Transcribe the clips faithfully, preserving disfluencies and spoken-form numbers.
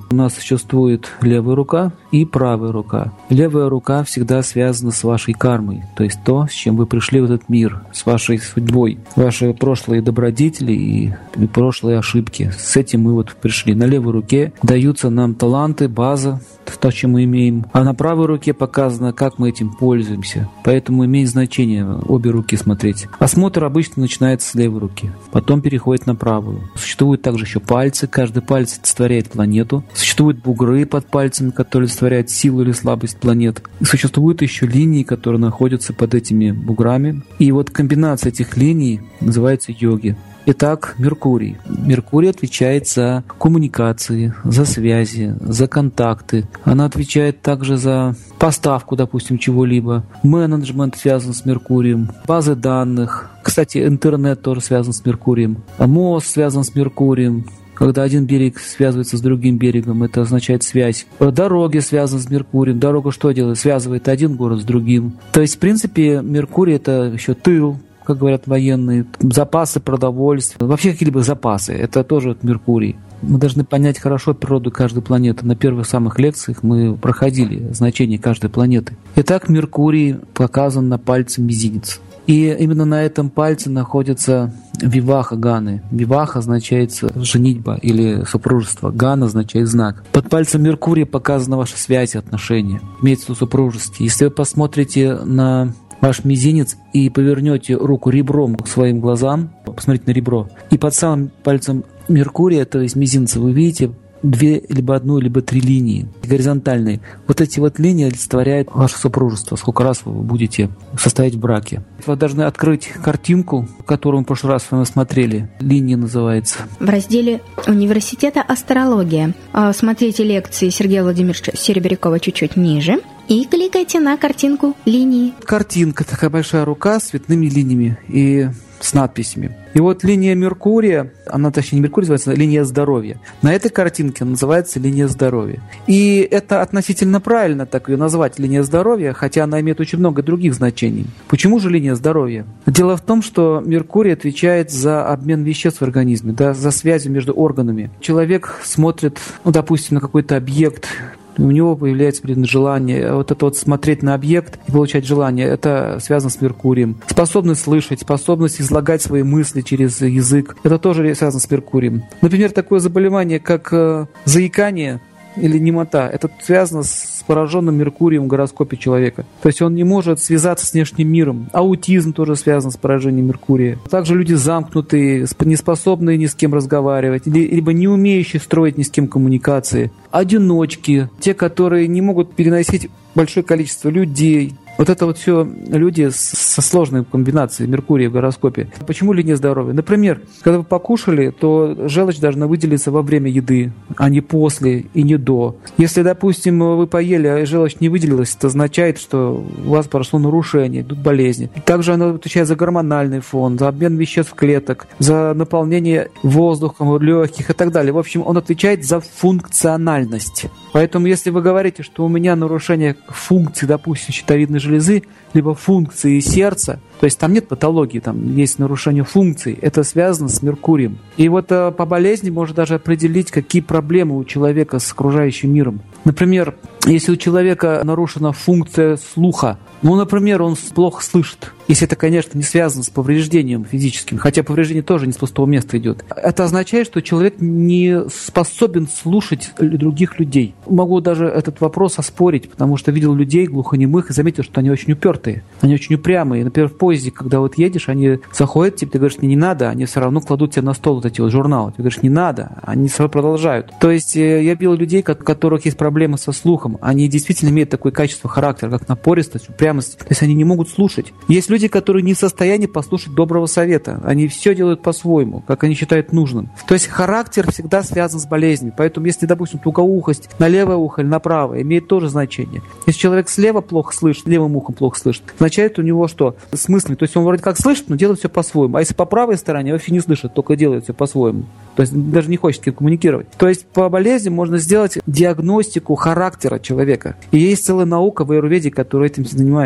У нас существует левая рука и правая рука. Левая рука всегда связана с вашей кармой, то есть то, с чем вы пришли в этот мир, с вашей судьбой, ваши прошлые добродетели и прошлые ошибки. С этим мы вот пришли. На левой руке даются нам таланты, база, то, чем мы имеем. А на правой руке показано, как мы этим пользуемся. Поэтому имеет значение обе руки смотреть. Осмотр обычно начинается с левой руки, потом переходит на правую. Существуют также еще пальцы. Каждый палец олицетворяет планету. Существуют бугры под пальцами, которые олицетворяют силу или слабость планет. И существуют еще линии, которые находятся под этими буграми. И вот комбинация этих линий называется йоги. Итак, Меркурий. Меркурий отвечает за коммуникации, за связи, за контакты. Она отвечает также за поставку, допустим, чего-либо. Менеджмент связан с Меркурием, базы данных. Кстати, интернет тоже связан с Меркурием. Мост связан с Меркурием. Когда один берег связывается с другим берегом, это означает связь. Дороги связаны с Меркурием. Дорога что делает? Связывает один город с другим. То есть, в принципе, Меркурий — это еще тыл, как говорят военные, запасы продовольствия, вообще какие-либо запасы. Это тоже Меркурий. Мы должны понять хорошо природу каждой планеты. На первых самых лекциях мы проходили значение каждой планеты. Итак, Меркурий показан на пальце мизинец. И именно на этом пальце находится виваха Ганы. Виваха означает женитьба или супружество. Гана означает знак. Под пальцем Меркурия показана ваша связь и отношения. Имеется в виду супружество. Если вы посмотрите на ваш мизинец и повернете руку ребром к своим глазам, посмотрите на ребро, и под самым пальцем Меркурия, то есть мизинца, вы видите две, либо одну, либо три линии горизонтальные. Вот эти вот линии олицетворяют ваше супружество, сколько раз вы будете состоять в браке. Вы должны открыть картинку, которую мы в прошлый раз с вами смотрели. Линия называется. В разделе университета астрология смотрите лекции Сергея Владимировича Серебрякова чуть-чуть ниже и кликайте на картинку линии. Картинка, такая большая рука с цветными линиями и с надписями. И вот линия Меркурия, она точнее не Меркурий называется, а линия здоровья. На этой картинке называется линия здоровья. И это относительно правильно так ее назвать, линия здоровья, хотя она имеет очень много других значений. Почему же линия здоровья? Дело в том, что Меркурий отвечает за обмен веществ в организме, да, за связи между органами. Человек смотрит, ну, допустим, на какой-то объект, у него появляется желание. Вот это вот смотреть на объект и получать желание, это связано с Меркурием. Способность слышать, способность излагать свои мысли через язык, это тоже связано с Меркурием. Например, такое заболевание, как заикание или немота, это связано с пораженным Меркурием в гороскопе человека. То есть он не может связаться с внешним миром. Аутизм тоже связан с поражением Меркурия. Также люди замкнутые, не способные ни с кем разговаривать, либо не умеющие строить ни с кем коммуникации. Одиночки, те, которые не могут переносить большое количество людей. Вот это вот все люди со сложной комбинацией Меркурия в гороскопе. Почему линия здоровья? Например, когда вы покушали, то желчь должна выделиться во время еды, а не после и не до. Если, допустим, вы поели, а желчь не выделилась, это означает, что у вас прошло нарушение, идут болезни. Также она отвечает за гормональный фон, за обмен веществ клеток, за наполнение воздухом легких и так далее. В общем, он отвечает за функциональность. Поэтому, если вы говорите, что у меня нарушение функции, допустим, щитовидной железы, либо функции сердца, то есть там нет патологии, там есть нарушение функций, это связано с Меркурием. И вот э, по болезни можно даже определить, какие проблемы у человека с окружающим миром. Например, если у человека нарушена функция слуха, ну, например, он плохо слышит, если это, конечно, не связано с повреждением физическим, хотя повреждение тоже не с пустого места идет. Это означает, что человек не способен слушать других людей. Могу даже этот вопрос оспорить, потому что видел людей глухонемых и заметил, что они очень упертые, они очень упрямые. Например, в поезде, когда вот едешь, они заходят, тебе, ты говоришь, мне не надо, они все равно кладут тебе на стол вот эти вот журналы. Ты говоришь, не надо, они все равно продолжают. То есть я видел людей, у которых есть проблемы со слухом, они действительно имеют такое качество характера, как напористость, упрямость. То есть они не могут слушать. Есть люди, которые не в состоянии послушать доброго совета. Они все делают по-своему, как они считают нужным. То есть характер всегда связан с болезнью. Поэтому если, допустим, тугоухость на левое ухо или на правое, имеет тоже значение. Если человек слева плохо слышит, левым ухом плохо слышит, означает у него что? С мыслями. То есть он вроде как слышит, но делает все по-своему. А если по правой стороне, вообще не слышит, только делает все по-своему. То есть даже не хочет с кем коммуникировать. То есть по болезни можно сделать диагностику характера человека. И есть целая наука в аюрведе, которая этим занимается.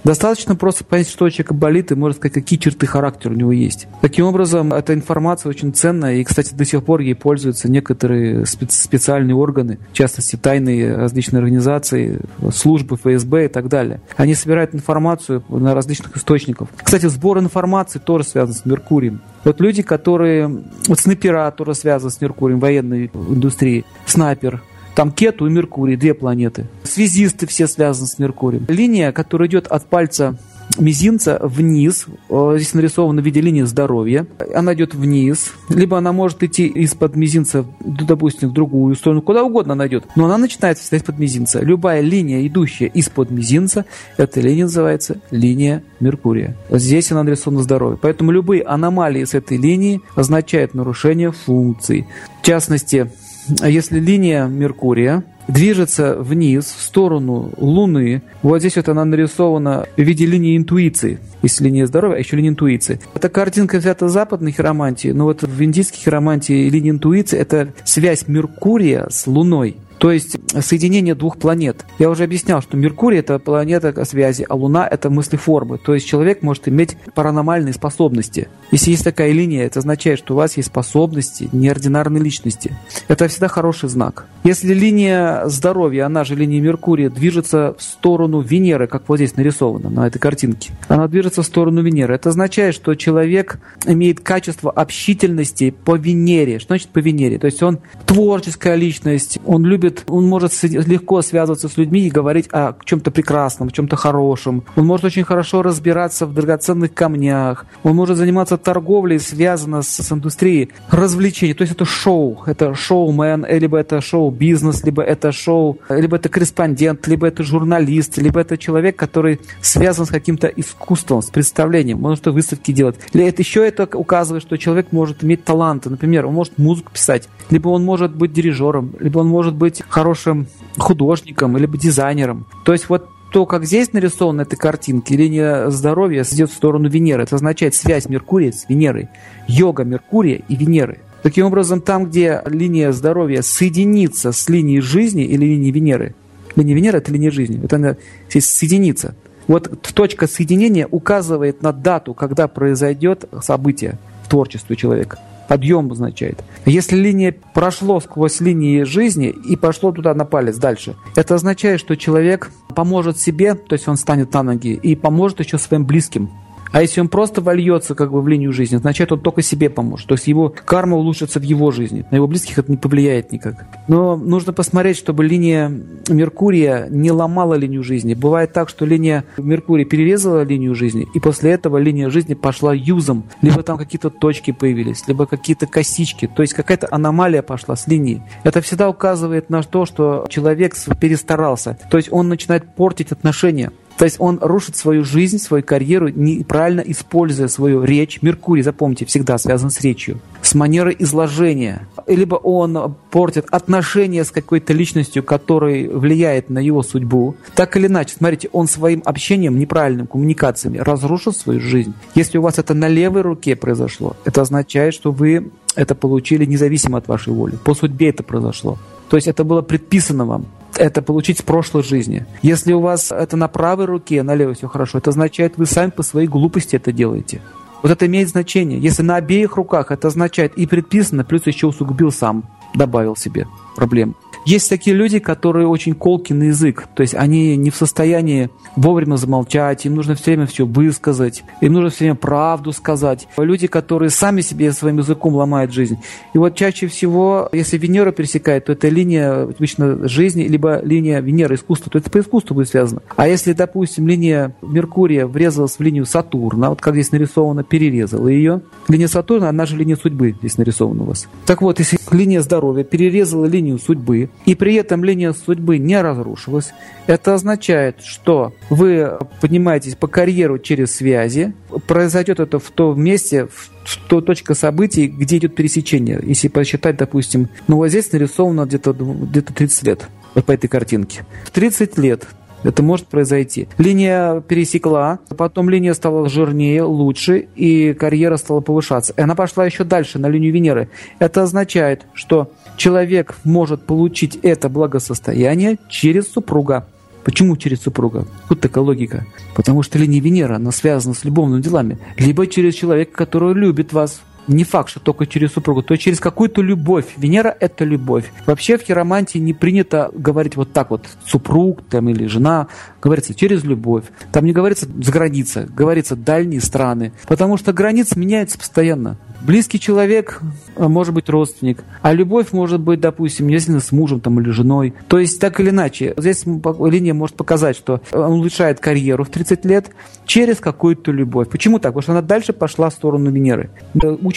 Достаточно просто понять, что у человека болит, и можно сказать, какие черты характера у него есть. Таким образом, эта информация очень ценная, и, кстати, до сих пор ей пользуются некоторые специальные органы, в частности, тайные различные организации, службы эф эс бэ и так далее. Они собирают информацию на различных источниках. Кстати, сбор информации тоже связан с Меркурием. Вот люди, которые... Вот снайпера тоже связаны с Меркурием, военной индустрии. Снайпер. Там Кету и Меркурий, две планеты. Связисты все связаны с Меркурием. Линия, которая идет от пальца мизинца вниз, здесь нарисована в виде линии здоровья, она идет вниз, либо она может идти из-под мизинца, допустим, в другую сторону, куда угодно она идет, но она начинается всегда из-под мизинца. Любая линия, идущая из-под мизинца, эта линия называется линия Меркурия. Здесь она нарисована здоровье. Поэтому любые аномалии с этой линии означают нарушение функций. В частности, если линия Меркурия движется вниз, в сторону Луны, вот здесь вот она нарисована в виде линии интуиции. Есть линия здоровья, а еще линия интуиции. Эта картинка взята в западной хиромантии, но вот в индийской хиромантии линия интуиции – это связь Меркурия с Луной. То есть соединение двух планет. Я уже объяснял, что Меркурий – это планета связи, а Луна – это мыслеформы. То есть человек может иметь паранормальные способности. Если есть такая линия, это означает, что у вас есть способности неординарной личности. Это всегда хороший знак. Если линия здоровья, она же линия Меркурия, движется в сторону Венеры, как вот здесь нарисовано на этой картинке, она движется в сторону Венеры. Это означает, что человек имеет качество общительности по Венере. Что значит по Венере? То есть он творческая личность, он любит он может легко связываться с людьми и говорить о чем-то прекрасном, о чем-то хорошем. Он может очень хорошо разбираться в драгоценных камнях. Он может заниматься торговлей, связанной с, с индустрией развлечений. То есть это шоу, это шоумен, либо это шоу-бизнес, либо это шоу, либо это корреспондент, либо это журналист, либо это человек, который связан с каким-то искусством, с представлением. Он может выставки делать. Или это еще это указывает, что человек может иметь таланты. Например, он может музыку писать, либо он может быть дирижером, либо он может быть хорошим художником, либо дизайнером. То есть вот то, как здесь нарисована эта картинка, линия здоровья идет в сторону Венеры. Это означает связь Меркурия с Венерой. Йога Меркурия и Венеры. Таким образом, там, где линия здоровья соединится с линией жизни или линией Венеры, линия Венеры – это линия жизни, это она здесь соединится. Вот точка соединения указывает на дату, когда произойдет событие в творчестве человека. Подъем означает. Если линия прошло сквозь линии жизни и пошло туда на палец дальше, это означает, что человек поможет себе, то есть он станет на ноги, и поможет еще своим близким. А если он просто вольется как бы в линию жизни, значит, он только себе поможет. То есть его карма улучшится в его жизни. На его близких это не повлияет никак. Но нужно посмотреть, чтобы линия Меркурия не ломала линию жизни. Бывает так, что линия Меркурия перерезала линию жизни, и после этого линия жизни пошла юзом. Либо там какие-то точки появились, либо какие-то косички. То есть какая-то аномалия пошла с линии. Это всегда указывает на то, что человек перестарался. То есть он начинает портить отношения. То есть он рушит свою жизнь, свою карьеру, неправильно используя свою речь. Меркурий, запомните, всегда связан с речью, с манерой изложения. Либо он портит отношения с какой-то личностью, которая влияет на его судьбу. Так или иначе, смотрите, он своим общением, неправильным коммуникациями разрушил свою жизнь. Если у вас это на левой руке произошло, это означает, что вы это получили независимо от вашей воли. По судьбе это произошло. То есть это было предписано вам. Это получить с прошлой жизни. Если у вас это на правой руке, на левой все хорошо, это означает, вы сами по своей глупости это делаете. Вот это имеет значение. Если на обеих руках, это означает и предписано, плюс еще усугубил сам, добавил себе проблем. Есть такие люди, которые очень колки на язык, то есть они не в состоянии вовремя замолчать, им нужно все время все высказать, им нужно все время правду сказать. Люди, которые сами себе своим языком ломают жизнь. И вот чаще всего, если Венера пересекает, то это линия обычно жизни, либо линия Венеры искусства, то это по искусству будет связано. А если, допустим, линия Меркурия врезалась в линию Сатурна, вот как здесь нарисовано, перерезала ее, линия Сатурна, она же линия судьбы здесь нарисована у вас. Так вот, если линия здоровья перерезала линию судьбы, и при этом линия судьбы не разрушилась, это означает, что вы поднимаетесь по карьеру через связи, произойдет это в том месте, в той точке событий, где идет пересечение. Если посчитать, допустим, ну вот здесь нарисовано где-то, где-то тридцать лет, вот по этой картинке. В тридцать лет это может произойти. Линия пересекла, потом линия стала жирнее, лучше, и карьера стала повышаться. И она пошла еще дальше, на линию Венеры. Это означает, что человек может получить это благосостояние через супруга. Почему через супруга? Тут такая логика. Потому что линия Венеры, она связана с любовными делами. Либо через человека, который любит вас. Не факт, что только через супругу, то через какую-то любовь. Венера – это любовь. Вообще в хиромантии не принято говорить вот так вот, супруг там, или жена. Говорится через любовь. Там не говорится за граница, говорится дальние страны. Потому что границы меняются постоянно. Близкий человек может быть родственник, а любовь может быть, допустим, если с мужем там, или женой. То есть так или иначе, здесь линия может показать, что он улучшает карьеру в тридцать лет через какую-то любовь. Почему так? Потому что она дальше пошла в сторону Венеры.